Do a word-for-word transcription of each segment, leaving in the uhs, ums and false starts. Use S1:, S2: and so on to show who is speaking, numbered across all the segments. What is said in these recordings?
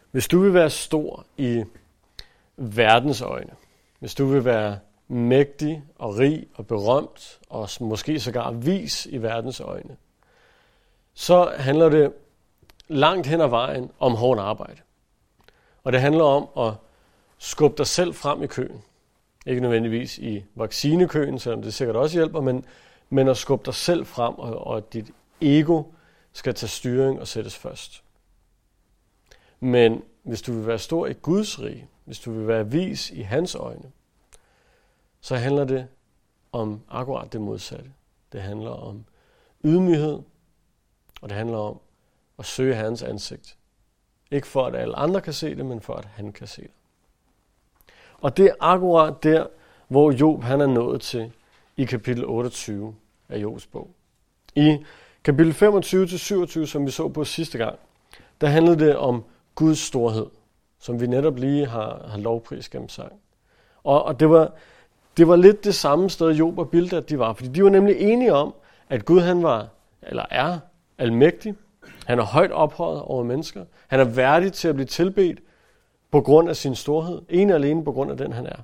S1: Hvis du vil være stor i verdens øjne, hvis du vil være mægtig og rig og berømt, og måske sågar vis i verdens øjne, så handler det langt hen ad vejen om hårdt arbejde. Og det handler om at skubbe dig selv frem i køen. Ikke nødvendigvis i vaccinekøen, selvom det sikkert også hjælper, men, men at skubbe dig selv frem, og, og at dit ego skal tage styring og sættes først. Men hvis du vil være stor i Guds rige, hvis du vil være vis i hans øjne, så handler det om akkurat det modsatte. Det handler om ydmyghed, og det handler om at søge hans ansigt. Ikke for, at alle andre kan se det, men for, at han kan se det. Og det er akkurat der, hvor Job han er nået til i kapitel otteogtyve af Jobs bog. I kapitel femogtyve til syvogtyve, som vi så på sidste gang, der handlede det om Guds storhed, som vi netop lige har, har lovpris gennem sang. Og, og det, var, det var lidt det samme sted, Job og Bildad de var, fordi de var nemlig enige om, at Gud han var, eller er, almægtig. Han er højt ophøjet over mennesker. Han er værdig til at blive tilbedt på grund af sin storhed. Ene og alene på grund af den, han er.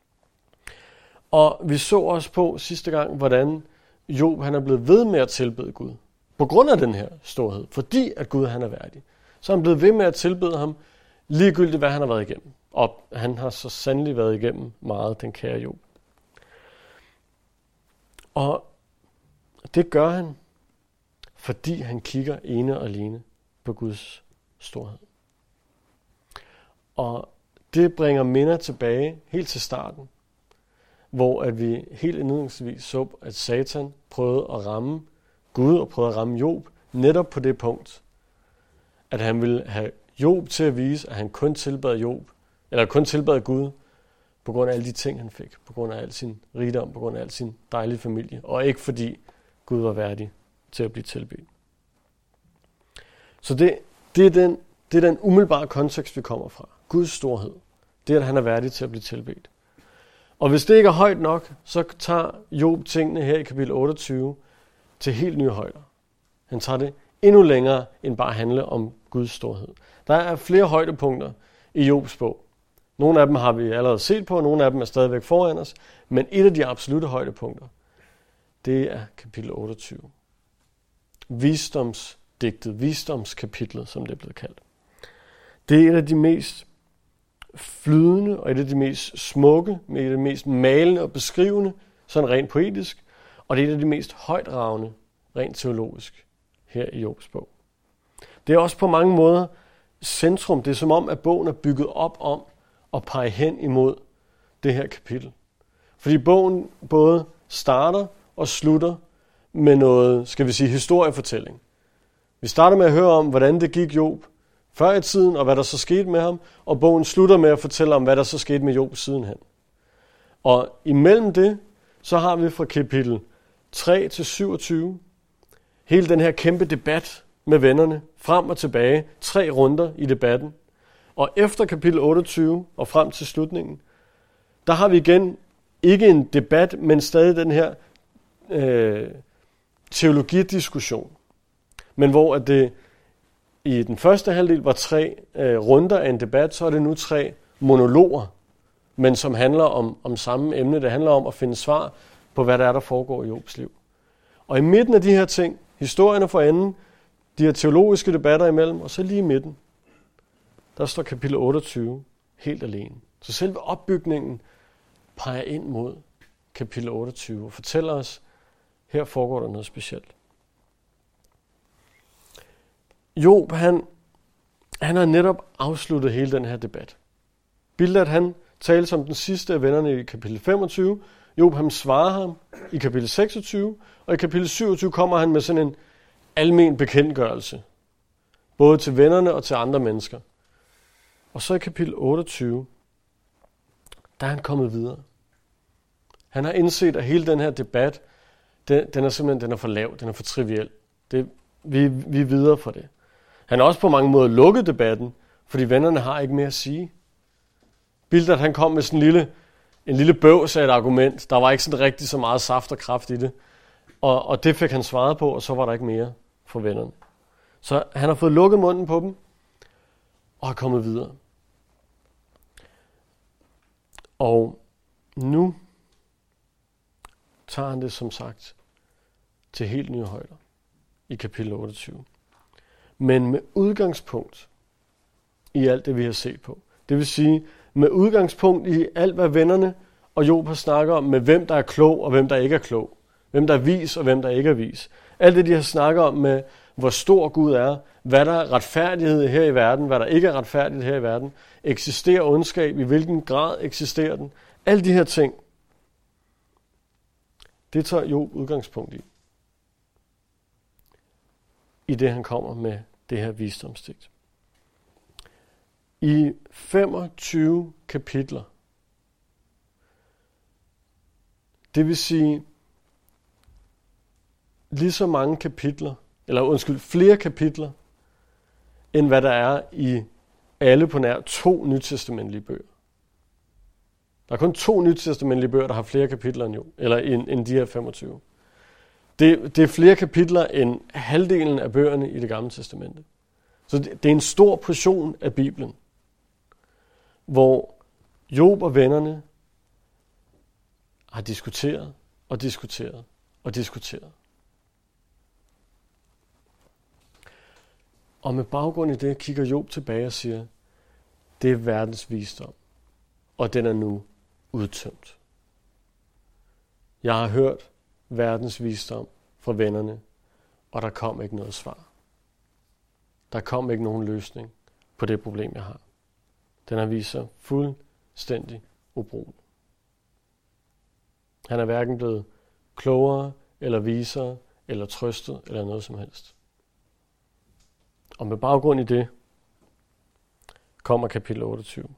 S1: Og vi så også på sidste gang, hvordan Job han er blevet ved med at tilbede Gud. På grund af den her storhed. Fordi at Gud han er værdig. Så er han blevet ved med at tilbede ham, ligegyldigt hvad han har været igennem. Og han har så sandelig været igennem meget, den kære Job. Og det gør han, fordi han kigger ene og alene på Guds storhed. Og det bringer minder tilbage helt til starten, hvor at vi helt indledningsvis så, at Satan prøvede at ramme Gud og prøvede at ramme Job netop på det punkt, at han ville have Job til at vise, at han kun tilbad Job, eller kun tilbad Gud, på grund af alle de ting, han fik, på grund af al sin rigdom, på grund af al sin dejlige familie, og ikke fordi Gud var værdig til at blive tilbedt. Så det, det, er den, det er den umiddelbare kontekst, vi kommer fra. Guds storhed. Det er, at han er værdig til at blive tilbedt. Og hvis det ikke er højt nok, så tager Job tingene her i kapitel otteogtyve til helt nye højder. Han tager det endnu længere end bare at handle om Guds storhed. Der er flere højdepunkter i Jobs bog. Nogle af dem har vi allerede set på, og nogle af dem er stadigvæk foran os. Men et af de absolutte højdepunkter, det er kapitel otteogtyve. Visdomsdigtet, visdomskapitlet, som det er blevet kaldt. Det er et af de mest flydende og et af de mest smukke, et af de mest malende og beskrivende, sådan rent poetisk, og det er et af de mest højtravende, rent teologisk, her i Jobs bog. Det er også på mange måder centrum. Det er som om, at bogen er bygget op om at pege hen imod det her kapitel. Fordi bogen både starter og slutter med noget, skal vi sige, historiefortælling. Vi starter med at høre om, hvordan det gik Job før i tiden, og hvad der så skete med ham, og bogen slutter med at fortælle om, hvad der så skete med Job sidenhen. Og imellem det, så har vi fra kapitel tre til syvogtyve, hele den her kæmpe debat med vennerne, frem og tilbage, tre runder i debatten. Og efter kapitel otteogtyve og frem til slutningen, der har vi igen ikke en debat, men stadig den her øh, teologidiskussion. Men hvor at det i den første halvdel var tre øh, runder af en debat, så er det nu tre monologer, men som handler om, om samme emne. Det handler om at finde svar på, hvad der er, der foregår i Jobs liv. Og i midten af de her ting, historierne for enden, de her teologiske debatter imellem, og så lige i midten, der står kapitel otteogtyve helt alene. Så selve opbygningen peger ind mod kapitel otteogtyve og fortæller os, her foregår der noget specielt. Job, han, han har netop afsluttet hele den her debat. Bildad, han taler som den sidste af vennerne i kapitel femogtyve. Job, han svarer ham i kapitel seksogtyve, og i kapitel syvogtyve kommer han med sådan en almen bekendtgørelse. Både til vennerne og til andre mennesker. Og så i kapitel otteogtyve, der er han kommet videre. Han har indset, at hele den her debat, den, den er simpelthen den er for lav, den er for triviel. Det, vi, vi er videre for det. Han har også på mange måder lukket debatten, fordi vennerne har ikke mere at sige. Bildad, han kom med sådan en lille, en lille bøvs af et argument. Der var ikke sådan rigtig så meget saft og kraft i det. Og, og det fik han svaret på, og så var der ikke mere for vennerne. Så han har fået lukket munden på dem. og er kommet videre. Og nu tager han det som sagt til helt nye højder i kapitel otteogtyve. Men med udgangspunkt i alt det, vi har set på. Det vil sige, med udgangspunkt i alt, hvad vennerne og Job har snakket om, med hvem der er klog og hvem der ikke er klog. Hvem der er vis og hvem der ikke er vis. Alt det, de har snakket om med, hvor stor Gud er, hvad der er retfærdighed her i verden, hvad der ikke er retfærdigt her i verden. Eksisterer ondskab, i hvilken grad eksisterer den. Alle de her ting, det tager Job udgangspunkt i. I det, han kommer med det her visdomsdigt. I femogtyve kapitler, det vil sige lige så mange kapitler, eller undskyld, flere kapitler, end hvad der er i alle på nær to nytestamentlige bøger. Der er kun to nytestamentlige bøger, der har flere kapitler end, Job, eller end, end de her femogtyve. Det, det er flere kapitler end halvdelen af bøgerne i det gamle testamente. Så det, det er en stor portion af Bibelen, hvor Job og vennerne har diskuteret og diskuteret og diskuteret. Og med baggrund i det kigger Job tilbage og siger, det er verdens visdom, og den er nu udtømt. Jeg har hørt verdens visdom fra vennerne, og der kom ikke noget svar. Der kom ikke nogen løsning på det problem, jeg har. Den har vist sig fuldstændig ubrugelig. Han er hverken blevet klogere, eller visere, eller trøstet, eller noget som helst. Og med baggrund i det, kommer kapitel otteogtyve.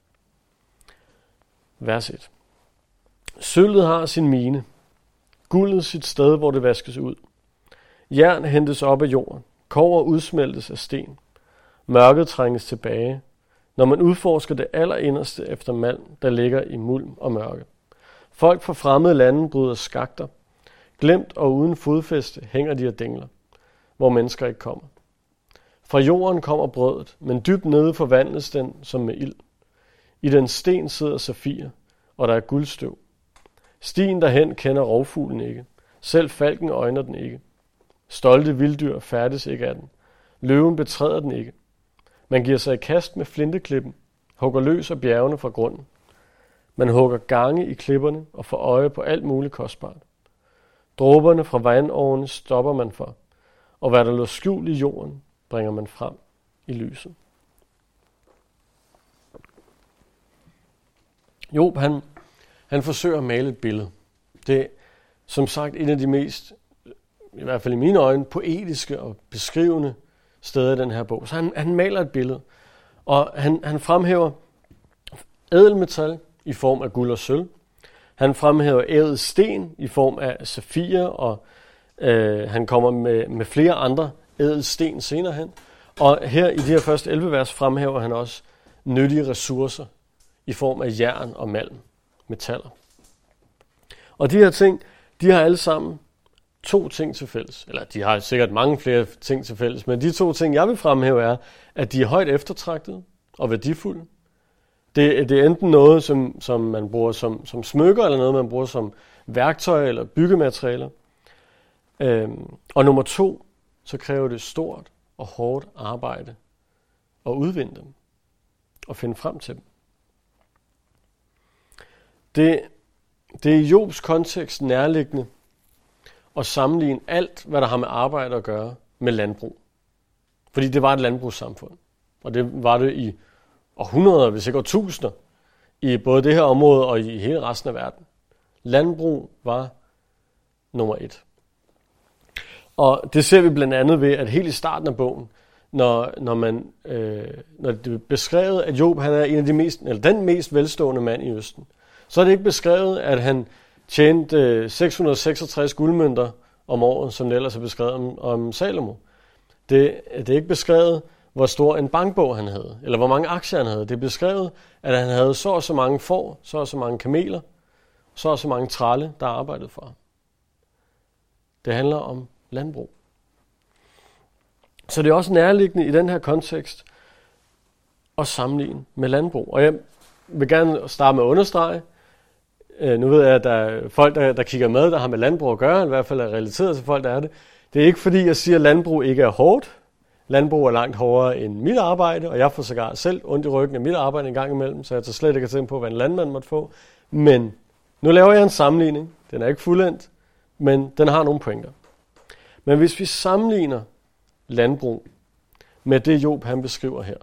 S1: Vers et. Sølvet har sin mine, guldet sit sted, hvor det vaskes ud. Jern hentes op af jorden, kobber udsmeltes af sten. Mørket trænges tilbage, når man udforsker det allerinderste efter malm, der ligger i mulm og mørke. Folk fra fremmede lande bryder skakter. Glemt og uden fodfæste hænger de og dingler, hvor mennesker ikke kommer. Fra jorden kommer brødet, men dybt nede forvandles den som med ild. I den sten sidder safir, og der er guldstøv. Stien derhen kender rovfuglen ikke. Selv falken øjner den ikke. Stolte vilddyr færdes ikke af den. Løven betræder den ikke. Man giver sig i kast med flinteklippen, hugger løs af bjergene fra grunden. Man hugger gange i klipperne og får øje på alt muligt kostbart. Dråberne fra vandårene stopper man for, og hvad der lå skjult i jorden, bringer man frem i lyset. Job, han, han forsøger at male et billede. Det er som sagt en af de mest, i hvert fald i mine øjne, poetiske og beskrivende steder i den her bog. Så han, han maler et billede, og han, han fremhæver ædelmetal i form af guld og sølv. Han fremhæver ædel sten i form af safir, og øh, han kommer med, med flere andre ædel sten senere hen. Og her i de her første elleve vers fremhæver han også nyttige ressourcer i form af jern og malm, metaller. Og de her ting, de har alle sammen to ting til fælles. Eller de har sikkert mange flere ting til fælles, men de to ting, jeg vil fremhæve, er, at de er højt eftertragtede og værdifulde. Det, det er enten noget, som, som man bruger som, som smykker, eller noget, man bruger som værktøj eller byggematerialer. Øhm, og nummer to, så kræver det stort og hårdt arbejde at udvinde dem og finde frem til dem. Det, det er i Jobs kontekst nærliggende at sammenligne alt, hvad der har med arbejde at gøre, med landbrug. Fordi det var et landbrugssamfund. Og det var det i århundreder, hvis ikke årtusinder, i både det her område og i hele resten af verden. Landbrug var nummer et. Og det ser vi blandt andet ved, at helt i starten af bogen, når, når, man, øh, når det er beskrevet, at Job han er en af de mest, eller den mest velstående mand i Østen, så er det ikke beskrevet, at han tjente øh, seks hundrede og seksogtres guldmønter om året, som det ellers er beskrevet om, om Salomo. Det, det er ikke beskrevet, hvor stor en bankbog han havde, eller hvor mange aktier han havde. Det er beskrevet, at han havde så og så mange får, så og så mange kameler, så og så mange tralle, der arbejdede for ham. Det handler om landbrug. Så det er også nærliggende i den her kontekst at sammenligne med landbrug. Og jeg vil gerne starte med at understrege, nu ved jeg, at der er folk, der, der kigger med, der har med landbrug at gøre, i hvert fald er relateret til folk, der er det. Det er ikke fordi, jeg siger, at landbrug ikke er hårdt. Landbrug er langt hårdere end mit arbejde, og jeg får sågar selv ondt i ryggen af mit arbejde en gang imellem, så jeg tager slet ikke at tænke på, hvad en landmand måtte få. Men nu laver jeg en sammenligning. Den er ikke fuldendt, men den har nogle pointer. Men hvis vi sammenligner landbrug med det, Job han beskriver her,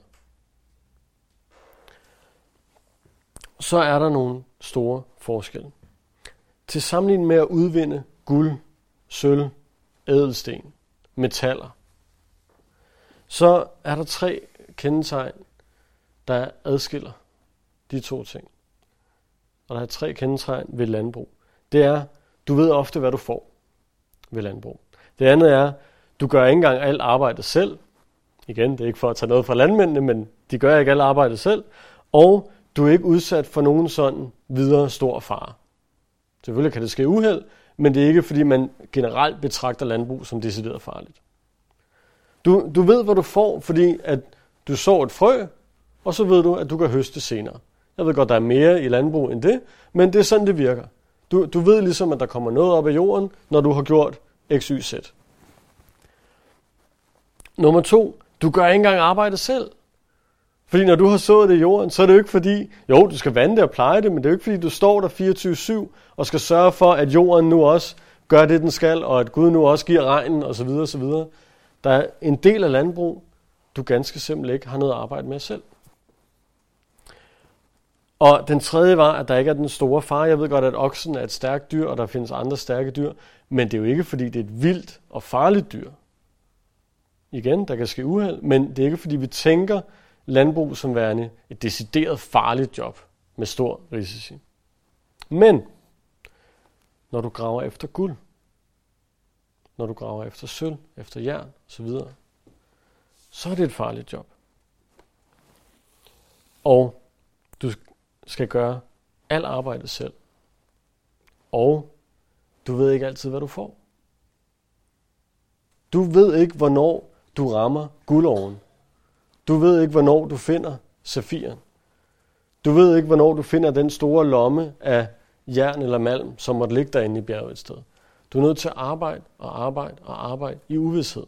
S1: så er der nogle store forskelle. Til sammenligning med at udvinde guld, sølv, ædelsten, metaller, så er der tre kendetegn, der adskiller de to ting. Og der er tre kendetegn ved landbrug. Det er, du ved ofte, hvad du får ved landbrug. Det andet er, du gør ikke engang alt arbejdet selv. Igen, det er ikke for at tage noget fra landmændene, men de gør ikke alt arbejdet selv. Og du er ikke udsat for nogen sådan videre stor fare. Selvfølgelig kan det ske uheld, men det er ikke, fordi man generelt betragter landbrug som decideret farligt. Du, du ved, hvad du får, fordi at du sår et frø, og så ved du, at du kan høste senere. Jeg ved godt, der er mere i landbrug end det, men det er sådan, det virker. Du, du ved ligesom, at der kommer noget op af jorden, når du har gjort X, Y, Z. Nummer to, du gør ikke engang arbejdet selv. Fordi når du har sået det i jorden, så er det jo ikke fordi, jo, du skal vande det og pleje det, men det er jo ikke fordi, du står der fireogtyve syv og skal sørge for, at jorden nu også gør det, den skal, og at Gud nu også giver regnen osv. osv. Der er en del af landbrug, du ganske simpelthen ikke har noget at arbejde med selv. Og den tredje var, at der ikke er den store fare. Jeg ved godt, at oksen er et stærkt dyr, og der findes andre stærke dyr, men det er jo ikke, fordi det er et vildt og farligt dyr. Igen, der kan ske uheld, men det er ikke, fordi vi tænker landbrug som værende et decideret farligt job med stor risici. Men når du graver efter guld, når du graver efter sølv, efter jern osv., så er det et farligt job. Og du skal gøre alt arbejdet selv. Og du ved ikke altid, hvad du får. Du ved ikke, hvornår du rammer guldoven. Du ved ikke, hvornår du finder safiren. Du ved ikke, hvornår du finder den store lomme af jern eller malm, som måtte ligge derinde i bjerget et sted. Du er nødt til at arbejde og arbejde og arbejde i uvished.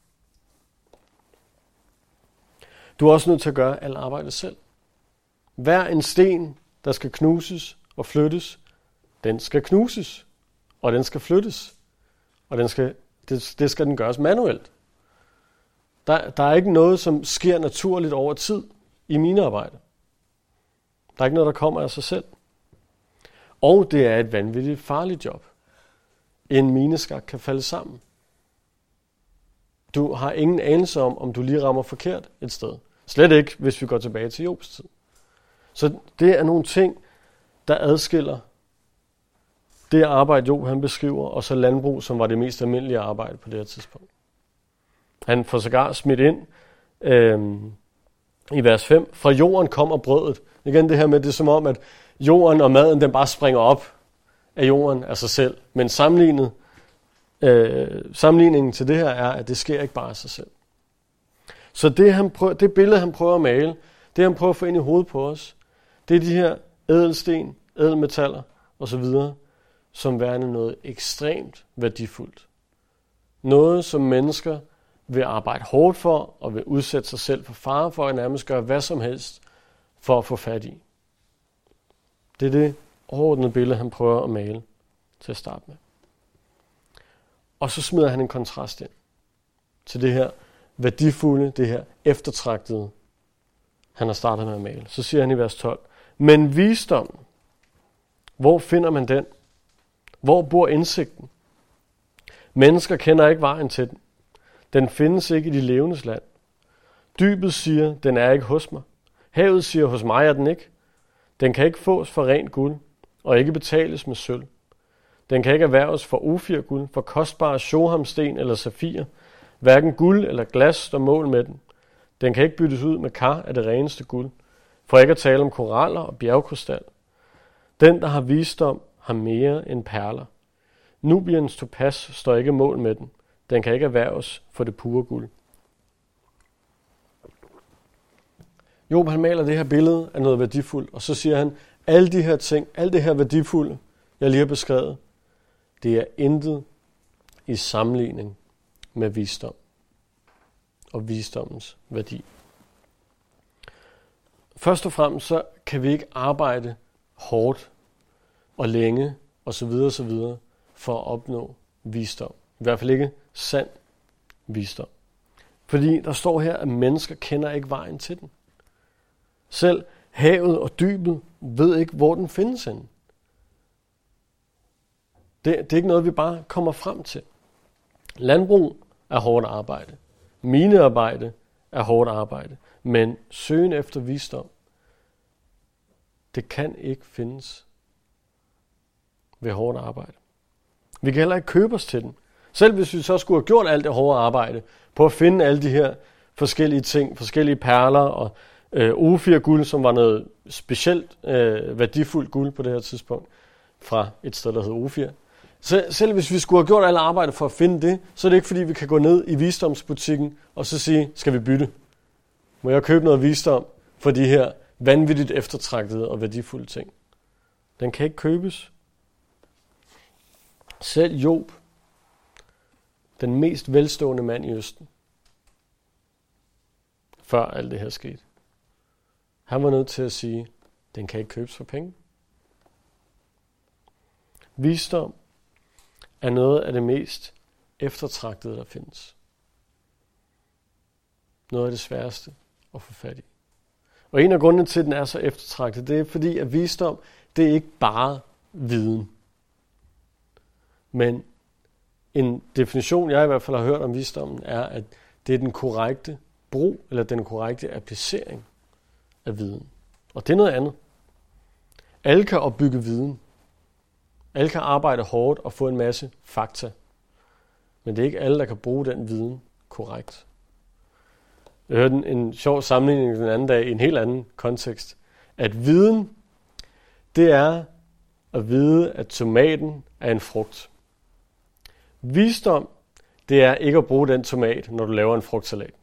S1: Du er også nødt til at gøre alt arbejdet selv. Hver en sten, der skal knuses og flyttes, den skal knuses, og den skal flyttes. Og den skal, det, det skal den gøres manuelt. Der, der er ikke noget, som sker naturligt over tid i mine arbejde. Der er ikke noget, der kommer af sig selv. Og det er et vanvittigt farligt job. En mineskak kan falde sammen. Du har ingen anelse om, om du lige rammer forkert et sted. Slet ikke, hvis vi går tilbage til Jobs tid. Så det er nogle ting, der adskiller det arbejde, Job han beskriver, og så landbrug, som var det mest almindelige arbejde på det her tidspunkt. Han får sågar smidt ind øh, i vers fem. Fra jorden kommer brødet. Igen det her med, det er som om, at jorden og maden, den bare springer op af jorden af sig selv. Men sammenlignet, øh, sammenligningen til det her er, at det sker ikke bare af sig selv. Så det, han prøver, det billede, han prøver at male, det han prøver at få ind i hovedet på os, det er de her ædelsten, ædelmetaller osv., som værende noget ekstremt værdifuldt. Noget, som mennesker vil arbejde hårdt for, og vil udsætte sig selv for fare for, at nærmest gøre hvad som helst for at få fat i. Det er det overordnede billede, han prøver at male til at starte med. Og så smider han en kontrast ind til det her værdifulde, det her eftertragtede, han har startet med at male. Så siger han i vers tolv, men visdommen, hvor finder man den? Hvor bor indsigten? Mennesker kender ikke vejen til den. Den findes ikke i de levendes land. Dybet siger, den er ikke hos mig. Havet siger, hos mig er den ikke. Den kan ikke fås for rent guld, og ikke betales med sølv. Den kan ikke erhverves for ofirguld, for kostbare shohamsten eller safir. Hverken guld eller glas står mål med den. Den kan ikke byttes ud med kar af det reneste guld, for ikke at tale om koraller og bjergkrystal. Den, der har visdom, har mere end perler. Nubiens topas står ikke mål med den. Den kan ikke erhverves for det pure guld. Job han maler det her billede af noget værdifuldt, og så siger han, alle de her ting, alt det her værdifulde, jeg lige har beskrevet, det er intet i sammenligning med visdom og visdommens værdi. Først og fremmest så kan vi ikke arbejde hårdt og længe og så videre og så videre for at opnå visdom. I hvert fald ikke sand visdom. Fordi der står her, at mennesker kender ikke vejen til den. Selv havet og dybet ved ikke, hvor den findes henne. Det, det er ikke noget, vi bare kommer frem til. Landbrug er hårdt arbejde. Minearbejde er hårdt arbejde. Men søgen efter visdom, det kan ikke findes ved hårdt arbejde. Vi kan heller ikke købe os til den. Selv hvis vi så skulle have gjort alt det hårde arbejde på at finde alle de her forskellige ting, forskellige perler og øh, Ofir-guld, som var noget specielt øh, værdifuldt guld på det her tidspunkt, fra et sted, der hedder Ofir. Så selv hvis vi skulle have gjort alt arbejde for at finde det, så er det ikke fordi, vi kan gå ned i visdomsbutikken og så sige, skal vi bytte? Må jeg købe noget visdom for de her vanvittigt eftertragtede og værdifulde ting? Den kan ikke købes. Selv Job, den mest velstående mand i Østen, før alt det her skete, han var nødt til at sige, den kan ikke købes for penge. Visdom er noget af det mest eftertragtede, der findes. Noget af det sværeste at få fat i. Og en af grundene til, at den er så eftertragtet, det er fordi, at visdom, det er ikke bare viden. Men en definition, jeg i hvert fald har hørt om visdommen, er, at det er den korrekte brug, eller den korrekte applicering af viden. Og det er noget andet. Alle kan opbygge viden. Alle kan arbejde hårdt og få en masse fakta. Men det er ikke alle, der kan bruge den viden korrekt. Jeg hørte en, en sjov sammenligning den anden dag i en helt anden kontekst. At viden, det er at vide, at tomaten er en frugt. Visdom, det er ikke at bruge den tomat, når du laver en frugtsalat.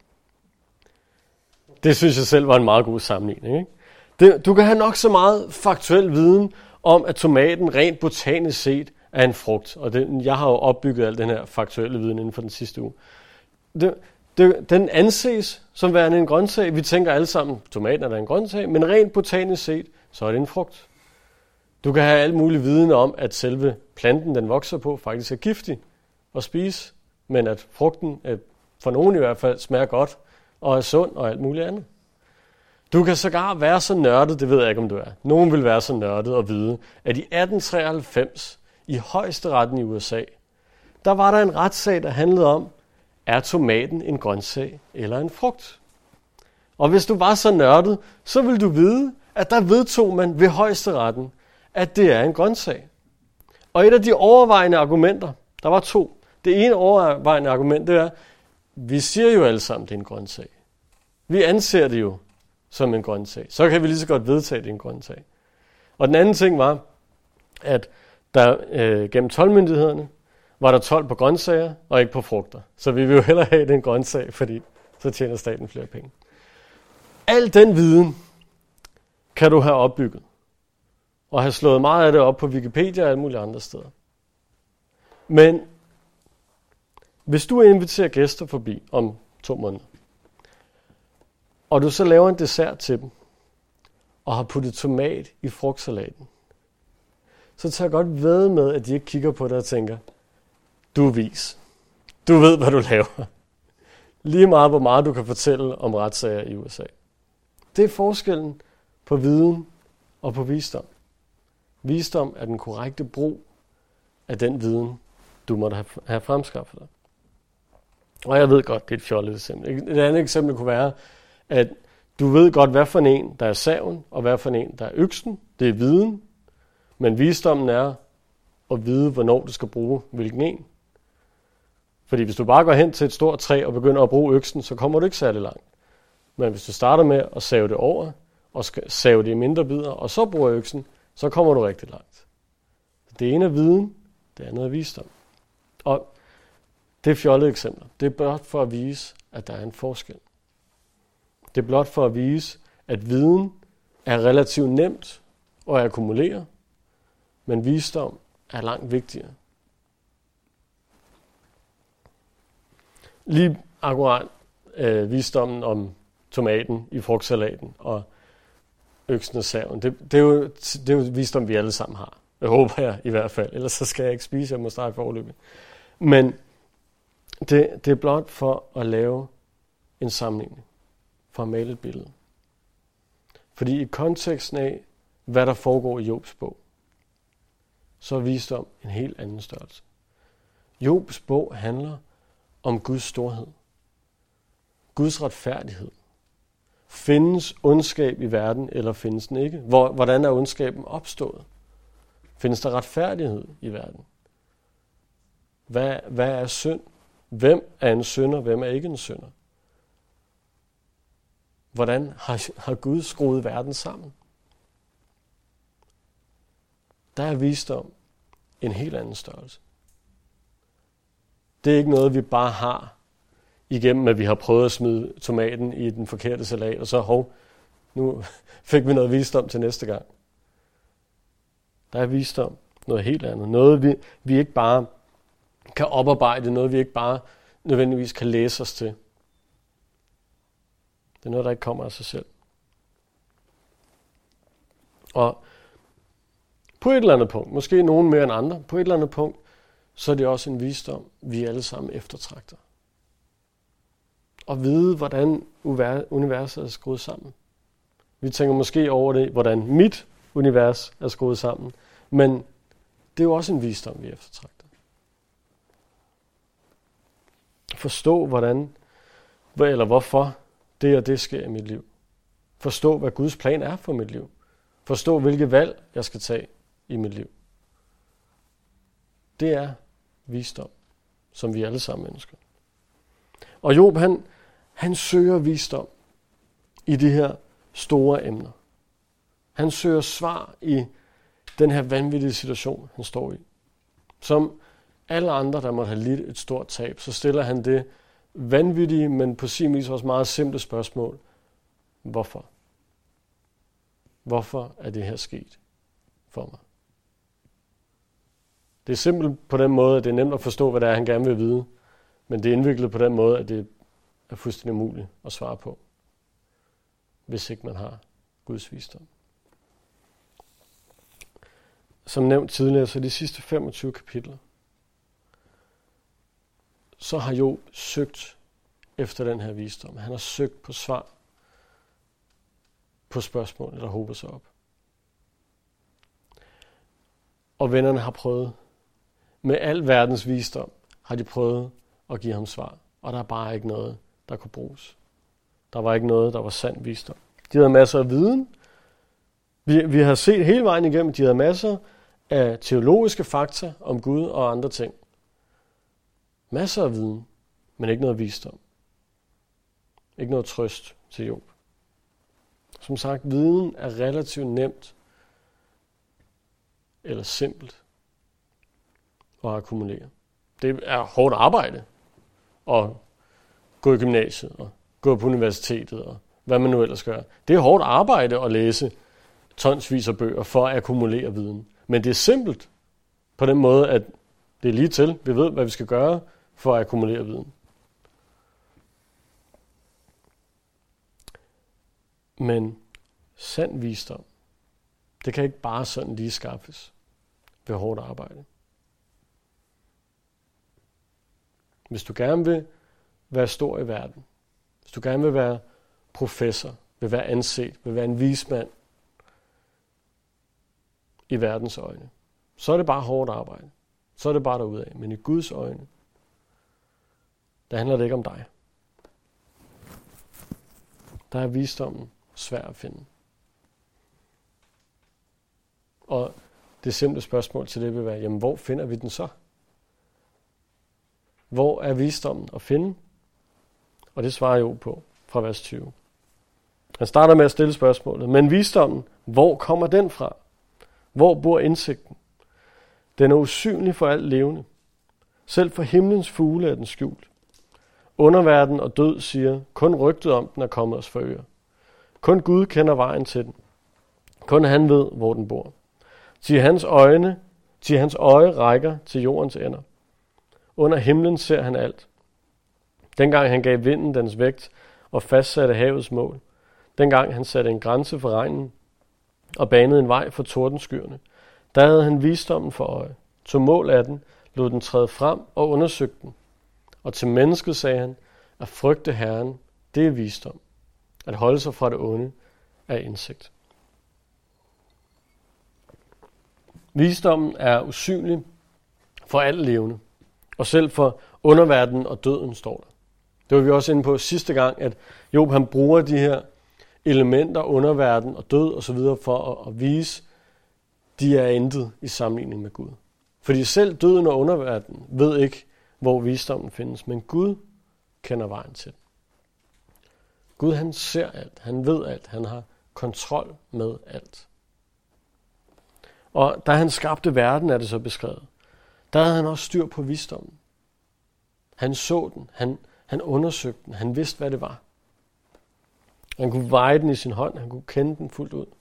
S1: Det synes jeg selv var en meget god sammenligning. Ikke? Det, du kan have nok så meget faktuel viden om, at tomaten rent botanisk set er en frugt. Og det, jeg har jo opbygget al den her faktuelle viden inden for den sidste uge. Det, det, den anses som værende en grøntsag. Vi tænker alle sammen, tomaten er da en grøntsag, men rent botanisk set, så er det en frugt. Du kan have alt mulig viden om, at selve planten, den vokser på, faktisk er giftig at spise, men at frugten, for nogen i hvert fald, smager godt og er sund og alt muligt andet. Du kan sågar være så nørdet, det ved jeg ikke, om du er. Nogen vil være så nørdet og vide, at i atten treoghalvfems, i højesteretten i U S A, der var der en retssag, der handlede om, er tomaten en grøntsag eller en frugt? Og hvis du var så nørdet, så vil du vide, at der vedtog man ved højesteretten, at det er en grøntsag. Og et af de overvejende argumenter, der var to. Det ene overvejende argument, det er, vi siger jo alle sammen, det er en grøntsag. Vi anser det jo som en grøntsag. Så kan vi lige så godt vedtage, at det er en grøntsag. Og den anden ting var, at der øh, gennem toldmyndighederne var der told på grøntsager og ikke på frugter. Så vi vil jo hellere have den grøntsag, fordi så tjener staten flere penge. Al den viden kan du have opbygget og have slået meget af det op på Wikipedia og alle mulige andre steder. Men hvis du inviterer gæster forbi om to måneder, og du så laver en dessert til dem, og har puttet tomat i frugtsalaten, så tager jeg godt ved med, at de ikke kigger på dig og tænker, du er vis. Du ved, hvad du laver. Lige meget, hvor meget du kan fortælle om retssager i U S A. Det er forskellen på viden og på visdom. Visdom er den korrekte brug af den viden, du måtte have fremskaffet dig. Og jeg ved godt, det er et fjollet eksempel. Et andet eksempel kunne være, at du ved godt, hvad for en, der er saven, og hvad for en, der er øksen. Det er viden. Men visdommen er at vide, hvornår du skal bruge hvilken en. Fordi hvis du bare går hen til et stort træ og begynder at bruge øksen, så kommer du ikke særlig langt. Men hvis du starter med at save det over, og save det i mindre bidder, og så bruger øksen, så kommer du rigtig langt. Det ene er viden, det andet er visdom. Og det er fjollede eksempler. Det er blot for at vise, at der er en forskel. Det er blot for at vise, at viden er relativt nemt at akkumulere, men visdom er langt vigtigere. Lige akkurat øh, visdommen om tomaten i frugtsalaten og øksen og saven, det, det, er jo, det er jo visdom, vi alle sammen har. Det håber jeg i hvert fald. Ellers så skal jeg ikke spise, jeg må starte forløbet. Men det, det er blot for at lave en sammenligning. For at male et billede. Fordi i konteksten af, hvad der foregår i Jobs bog, så er visdom en helt anden størrelse. Jobs bog handler om Guds storhed. Guds retfærdighed. Findes ondskab i verden, eller findes den ikke? Hvordan er ondskaben opstået? Findes der retfærdighed i verden? Hvad, hvad er synd? Hvem er en synder? Hvem er ikke en synder? Hvordan har, har Gud skruet verden sammen? Der er visdom en helt anden størrelse. Det er ikke noget, vi bare har igennem, at vi har prøvet at smide tomaten i den forkerte salat, og så, hov, nu fik vi noget visdom til næste gang. Der er visdom noget helt andet. Noget, vi, vi ikke bare kan oparbejde, noget, vi ikke bare nødvendigvis kan læse os til. Det er noget, der ikke kommer af sig selv. Og på et eller andet punkt, måske nogen mere end andre, på et eller andet punkt, så er det også en visdom, vi alle sammen eftertragter. Og vide, hvordan universet er skruet sammen. Vi tænker måske over det, hvordan mit univers er skruet sammen, men det er jo også en visdom, vi eftertragter. Forstå, hvordan, eller hvorfor det og det sker i mit liv. Forstå, hvad Guds plan er for mit liv. Forstå, hvilke valg jeg skal tage i mit liv. Det er visdom, som vi alle sammen ønsker. Og Job, han, han søger visdom i de her store emner. Han søger svar i den her vanvittige situation, han står i. Som alle andre, der måtte have lidt et stort tab, så stiller han det vanvittige, men på sin vis også meget simple spørgsmål. Hvorfor? Hvorfor er det her sket for mig? Det er simpelt på den måde, at det er nemt at forstå, hvad det er, han gerne vil vide. Men det er indviklet på den måde, at det er fuldstændig muligt at svare på, hvis ikke man har Guds visdom. Som nævnt tidligere, så de sidste femogtyve kapitler, så har Job søgt efter den her visdom. Han har søgt på svar på spørgsmål, der hober sig op. Og vennerne har prøvet, med al verdens visdom, har de prøvet at give ham svar. Og der er bare ikke noget, der kunne bruges. Der var ikke noget, der var sand visdom. De havde masser af viden. Vi, vi har set hele vejen igennem, de havde masser af teologiske fakta om Gud og andre ting. Masser af viden, men ikke noget visdom. Ikke noget trøst til Job. Som sagt, viden er relativt nemt eller simpelt at akkumulere. Det er hårdt arbejde at gå i gymnasiet og gå på universitetet og hvad man nu ellers gør. Det er hårdt arbejde at læse tonsvis af bøger for at akkumulere viden. Men det er simpelt på den måde, at det er lige til. Vi ved, hvad vi skal gøre for at akkumulere viden. Men sand visdom, det kan ikke bare sådan lige skaffes ved hårdt arbejde. Hvis du gerne vil være stor i verden, hvis du gerne vil være professor, vil være anset, vil være en vismand i verdens øjne, så er det bare hårdt arbejde. Så er det bare derudad. Men i Guds øjne, der handler det ikke om dig. Der er visdommen svær at finde. Og det simple spørgsmål til det vil være, jamen hvor finder vi den så? Hvor er visdommen at finde? Og det svarer Job på fra vers tyve. Han starter med at stille spørgsmålet, men visdommen, hvor kommer den fra? Hvor bor indsigten? Den er usynlig for alt levende. Selv for himlens fugle er den skjult. Underverden og død siger, kun rygtet om den er kommet os for øre. Kun Gud kender vejen til den. Kun han ved, hvor den bor. Til hans øjne, til hans øje rækker til jordens ender. Under himlen ser han alt. Dengang han gav vinden dens vægt og fastsatte havets mål. Dengang han satte en grænse for regnen og banede en vej for tordenskyerne. Der havde han visdommen for øje. Tog mål af den, lod den træde frem og undersøgte den. Og til mennesket sagde han, at frygte Herren, det er visdom. At holde sig fra det onde er indsigt. Visdommen er usynlig for alt levende, og selv for underverdenen og døden står der. Det var vi også inde på sidste gang, at Job han bruger de her elementer, underverden og død og så videre for at, at vise, de er intet i sammenligning med Gud. Fordi selv døden og underverdenen ved ikke, hvor visdommen findes, men Gud kender vejen til den. Gud han ser alt, han ved alt, han har kontrol med alt. Og da han skabte verden, er det så beskrevet, der havde han også styr på visdommen. Han så den, han, han undersøgte den, han vidste, hvad det var. Han kunne veje den i sin hånd, han kunne kende den fuldt ud.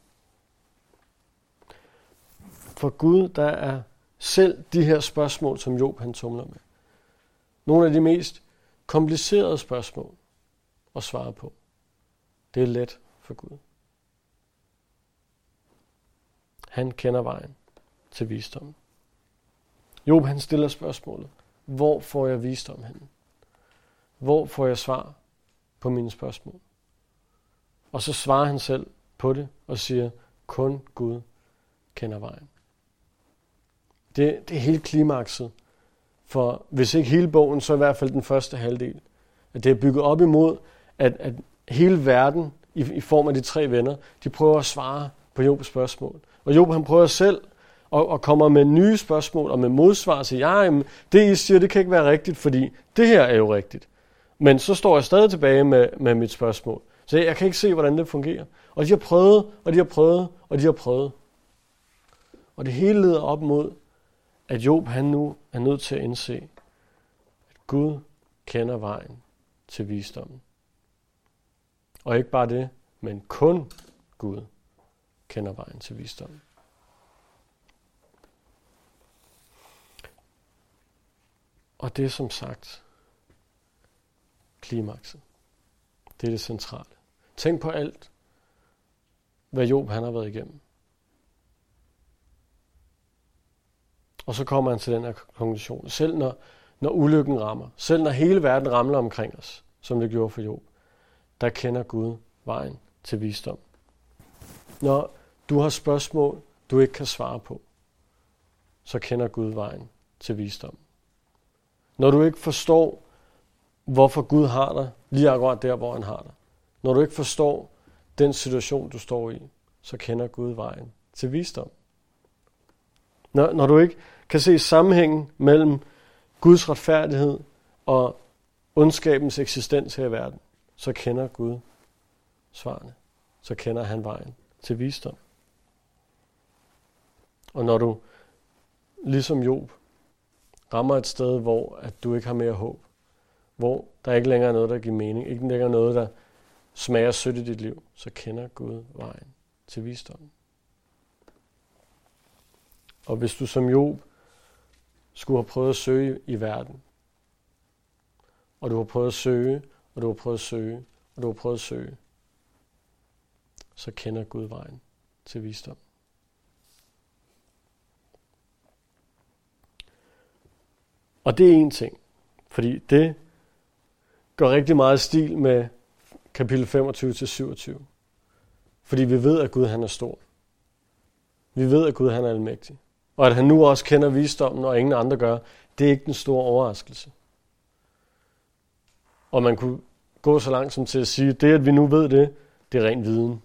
S1: For Gud, der er selv de her spørgsmål, som Job han tumler med, nogle af de mest komplicerede spørgsmål at svare på. Det er let for Gud. Han kender vejen til visdommen. Job han stiller spørgsmålet, hvor får jeg visdom henne? Hvor får jeg svar på mine spørgsmål? Og så svarer han selv på det og siger, kun Gud kender vejen. Det, det er hele klimakset. For hvis ikke hele bogen, så i hvert fald den første halvdel. At det er bygget op imod, at, at hele verden i, i form af de tre venner, de prøver at svare på Jobs spørgsmål. Og Job han prøver selv og, og kommer med nye spørgsmål og med modsvar til, ja, jamen, det I siger, det kan ikke være rigtigt, fordi det her er jo rigtigt. Men så står jeg stadig tilbage med, med mit spørgsmål. Så jeg kan ikke se, hvordan det fungerer. Og de har prøvet, og de har prøvet, og de har prøvet. Og det hele leder op mod, at Job han nu er nødt til at indse, at Gud kender vejen til visdommen. Og ikke bare det, men kun Gud kender vejen til visdommen. Og det er som sagt klimakset. Det er det centrale. Tænk på alt, hvad Job han har været igennem. Og så kommer han til den her konklusion. Selv når, når ulykken rammer, selv når hele verden ramler omkring os, som det gjorde for Job, der kender Gud vejen til visdom. Når du har spørgsmål, du ikke kan svare på, så kender Gud vejen til visdom. Når du ikke forstår, hvorfor Gud har dig lige akkurat der, hvor han har dig. Når du ikke forstår den situation, du står i, så kender Gud vejen til visdom. Når, når du ikke kan se sammenhængen mellem Guds retfærdighed og ondskabens eksistens her i verden, så kender Gud svarene. Så kender han vejen til visdom. Og når du, ligesom Job, rammer et sted, hvor at du ikke har mere håb, hvor der ikke længere er noget, der giver mening, ikke længere noget, der smager sødt i dit liv, så kender Gud vejen til visdom. Og hvis du som Job skulle have prøvet at søge i verden, og du har prøvet at søge, og du har prøvet at søge, og du har prøvet at søge, så kender Gud vejen til visdom. Og det er en ting, fordi det går rigtig meget stil med kapitel femogtyve til syvogtyve. Fordi vi ved, at Gud han er stor. Vi ved, at Gud han er almægtig. Og at han nu også kender visdommen, og ingen andre gør, det er ikke den store overraskelse. Og man kunne gå så langt som til at sige, at det, at vi nu ved det, det er ren viden.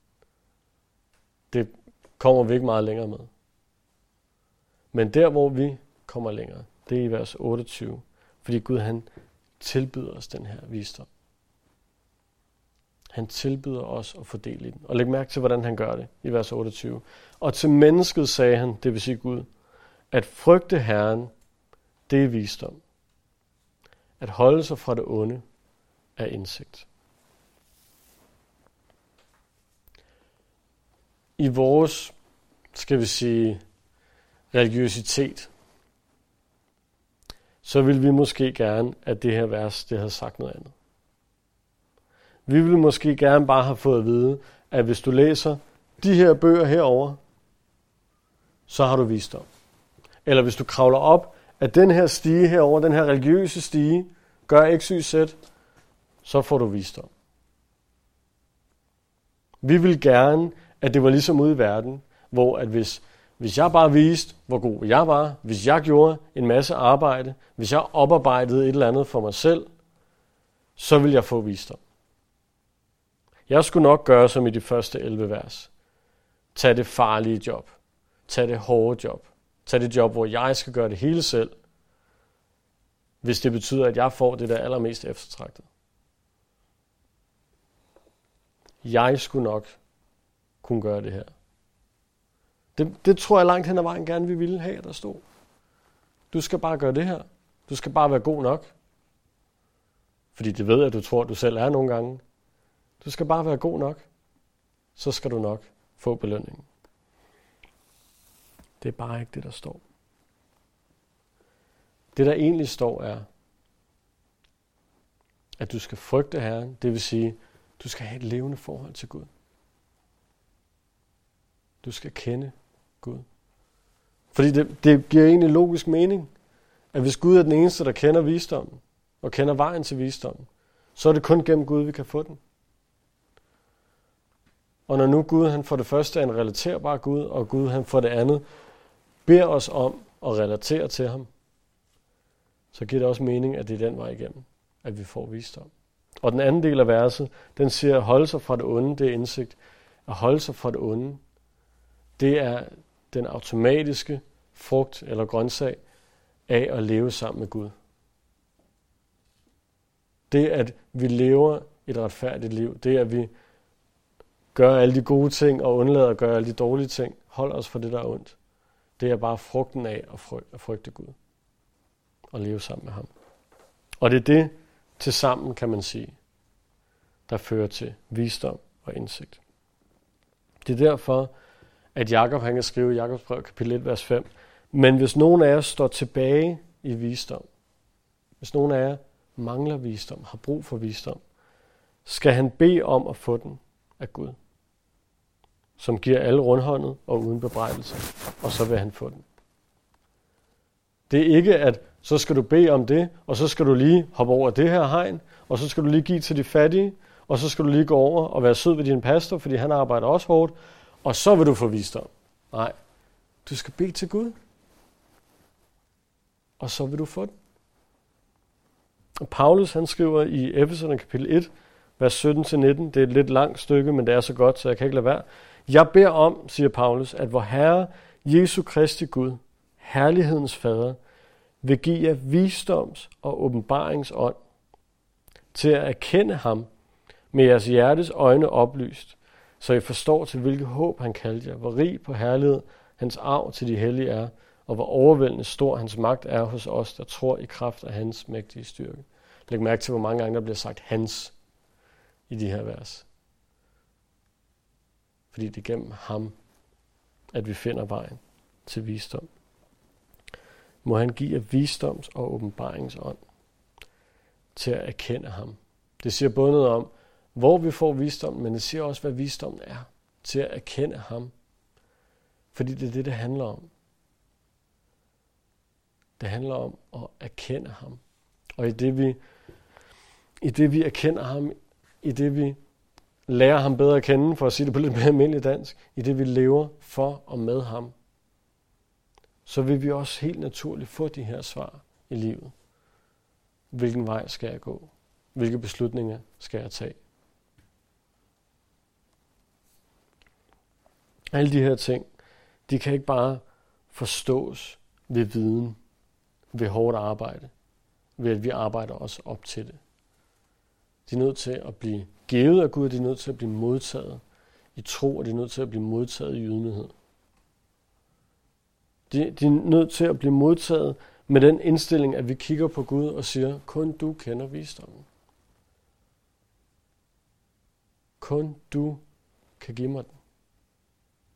S1: Det kommer vi ikke meget længere med. Men der, hvor vi kommer længere, det er i vers otteogtyve. Fordi Gud han tilbyder os den her visdom. Han tilbyder os at fordele i den. Og læg mærke til, hvordan han gør det i vers otteogtyve. Og til mennesket sagde han, det vil sige Gud, at frygte Herren, det er visdom. At holde sig fra det onde er indsigt. i vores, skal vi sige, religiøsitet, så vil vi måske gerne, at det her vers, det havde sagt noget andet. Vi vil måske gerne bare have fået at vide, at hvis du læser de her bøger herover, så har du visdom. Eller hvis du kravler op af den her stige herover, den her religiøse stige, gør x, y, z, så får du visdom. Vi vil gerne, at det var ligesom ude i verden, hvor at hvis, hvis jeg bare viste, hvor god jeg var, hvis jeg gjorde en masse arbejde, hvis jeg oparbejdede et eller andet for mig selv, så vil jeg få visdom. Jeg skulle nok gøre som i de første elleve vers. Tag det farlige job. Tag det hårde job. Tag det job, hvor jeg skal gøre det hele selv, hvis det betyder, at jeg får det, der allermest eftertragtet. Jeg skulle nok kunne gøre det her. Det, det tror jeg langt hen ad vejen gerne, vi ville have, der stod. Du skal bare gøre det her. Du skal bare være god nok. Fordi det ved jeg, at du tror, at du selv er nogle gange. Du skal bare være god nok. Så skal du nok få belønningen. Det er bare ikke det, der står. Det, der egentlig står, er, at du skal frygte Herren. Det vil sige, du skal have et levende forhold til Gud. Du skal kende Gud. Fordi det, det giver egentlig logisk mening, at hvis Gud er den eneste, der kender visdommen, og kender vejen til visdommen, så er det kun gennem Gud, vi kan få den. Og når nu Gud, han for det første er en relaterbar Gud, og Gud, han for det andet beder os om at relatere til ham, så giver det også mening, at det er den vej igennem, at vi får visdom. Og den anden del af verset, den siger, at holde sig fra det onde, det er indsigt. At holde sig fra det onde, det er den automatiske frugt eller grøntsag af at leve sammen med Gud. Det, at vi lever et retfærdigt liv, det, at vi gør alle de gode ting og undlader at gøre alle de dårlige ting, hold os for det, der er ondt. Det er bare frugten af at frygte Gud og leve sammen med ham. Og det er det, til sammen kan man sige, der fører til visdom og indsigt. Det er derfor, at Jakob han kan skrive i Jakobs brev, kapitel et, vers fem. Men hvis nogen af jer står tilbage i visdom, hvis nogen af jer mangler visdom, har brug for visdom, skal han bede om at få den af Gud, som giver alle rundhåndet og uden bebrejdelse, og så vil han få den. Det er ikke, at så skal du bede om det, og så skal du lige hoppe over det her hegn, og så skal du lige give til de fattige, og så skal du lige gå over og være sød ved din pastor, fordi han arbejder også hårdt, og så vil du få visdom. Nej, du skal bede til Gud, og så vil du få den. Og Paulus, han skriver i Efeserne kapitel et, vers sytten til nitten, det er et lidt langt stykke, men det er så godt, så jeg kan ikke lade være. Jeg beder om, siger Paulus, at vor Herre, Jesu Kristi Gud, herlighedens fader, vil give jer visdoms- og åbenbaringsånd til at erkende ham med jeres hjertes øjne oplyst, så I forstår til hvilket håb han kaldte jer, hvor rig på herlighed hans arv til de hellige er, og hvor overvældende stor hans magt er hos os, der tror i kraft af hans mægtige styrke. Læg mærke til, hvor mange gange der bliver sagt hans i de her vers. Fordi det er gennem ham, at vi finder vejen til visdom. Må han give jer visdoms- og åbenbaringsånd til at erkende ham. Det siger både noget om, hvor vi får visdom, men det siger også, hvad visdommen er, til at erkende ham. Fordi det er det, det handler om. Det handler om at erkende ham. Og i det vi, i det vi erkender ham, i det vi lærer ham bedre at kende, for at sige det på lidt mere almindeligt dansk, i det vi lever for og med ham, så vil vi også helt naturligt få de her svar i livet. Hvilken vej skal jeg gå? Hvilke beslutninger skal jeg tage? Alle de her ting, de kan ikke bare forstås ved viden, ved hårdt arbejde, ved at vi arbejder os op til det. De er nødt til at blive givet af Gud, de er nødt til at blive modtaget i tro, og de er nødt til at blive modtaget i ydmyghed. De, de er nødt til at blive modtaget med den indstilling, at vi kigger på Gud og siger, kun du kender visdommen. Kun du kan give mig den.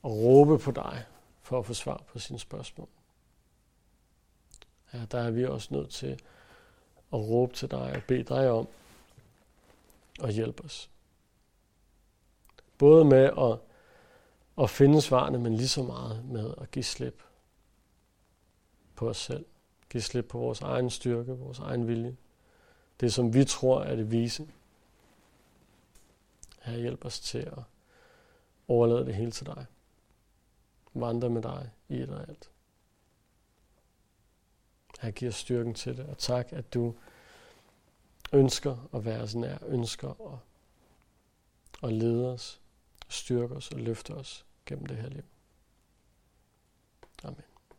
S1: og råbe på dig for at få svar på sine spørgsmål. Ja, der er vi også nødt til at råbe til dig og bede dig om at hjælpe os. Både med at, at finde svarene, men lige så meget med at give slip på os selv. Give slip på vores egen styrke, vores egen vilje. Det, som vi tror er det vise. Her hjælp os til at overlade det hele til dig. Vandre med dig i et og alt. Her giver styrken til det, og tak, at du ønsker at være så nær, ønsker at, at lede os, styrke os og løfte os gennem det her liv. Amen.